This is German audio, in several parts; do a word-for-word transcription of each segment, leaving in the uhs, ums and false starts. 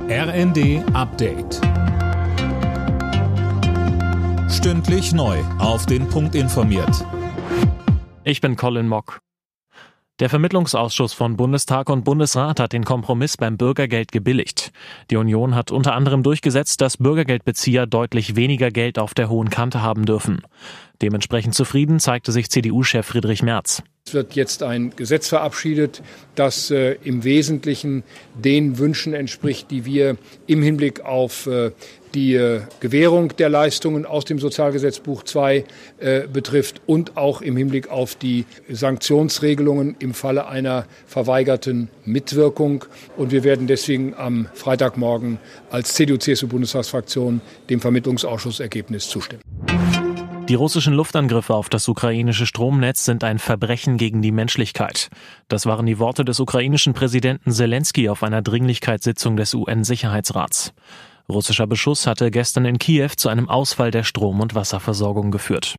R N D Update. Stündlich neu auf den Punkt informiert. Ich bin Colin Mock. Der Vermittlungsausschuss von Bundestag und Bundesrat hat den Kompromiss beim Bürgergeld gebilligt. Die Union hat unter anderem durchgesetzt, dass Bürgergeldbezieher deutlich weniger Geld auf der hohen Kante haben dürfen. Dementsprechend zufrieden zeigte sich C D U-Chef Friedrich Merz. Es wird jetzt ein Gesetz verabschiedet, das äh, im Wesentlichen den Wünschen entspricht, die wir im Hinblick auf äh, die äh, Gewährung der Leistungen aus dem Sozialgesetzbuch zwei äh, betrifft und auch im Hinblick auf die Sanktionsregelungen im Falle einer verweigerten Mitwirkung. Und wir werden deswegen am Freitagmorgen als C D U-C S U-Bundestagsfraktion dem Vermittlungsausschussergebnis zustimmen. Die russischen Luftangriffe auf das ukrainische Stromnetz sind ein Verbrechen gegen die Menschlichkeit. Das waren die Worte des ukrainischen Präsidenten Selenskyj auf einer Dringlichkeitssitzung des U N-Sicherheitsrats. Russischer Beschuss hatte gestern in Kiew zu einem Ausfall der Strom- und Wasserversorgung geführt.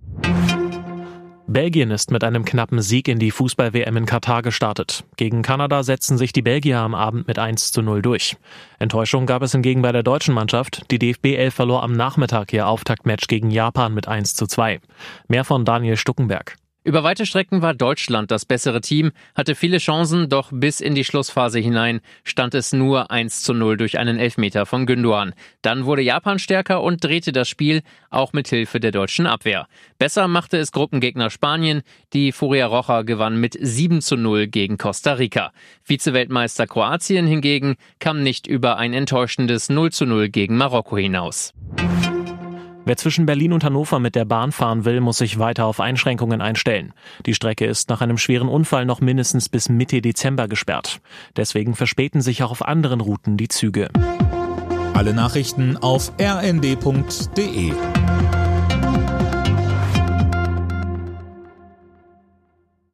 Belgien ist mit einem knappen Sieg in die Fußball-W M in Katar gestartet. Gegen Kanada setzten sich die Belgier am Abend mit eins zu null durch. Enttäuschung gab es hingegen bei der deutschen Mannschaft. Die D F B elf verlor am Nachmittag ihr Auftaktmatch gegen Japan mit eins zu zwei. Mehr von Daniel Stuckenberg. Über weite Strecken war Deutschland das bessere Team, hatte viele Chancen, doch bis in die Schlussphase hinein stand es nur eins zu null durch einen Elfmeter von Gündoğan. Dann wurde Japan stärker und drehte das Spiel, auch mit Hilfe der deutschen Abwehr. Besser machte es Gruppengegner Spanien, die Furia Roja gewann mit sieben zu null gegen Costa Rica. Vize-Weltmeister Kroatien hingegen kam nicht über ein enttäuschendes null zu null gegen Marokko hinaus. Wer zwischen Berlin und Hannover mit der Bahn fahren will, muss sich weiter auf Einschränkungen einstellen. Die Strecke ist nach einem schweren Unfall noch mindestens bis Mitte Dezember gesperrt. Deswegen verspäten sich auch auf anderen Routen die Züge. Alle Nachrichten auf r n d punkt d e.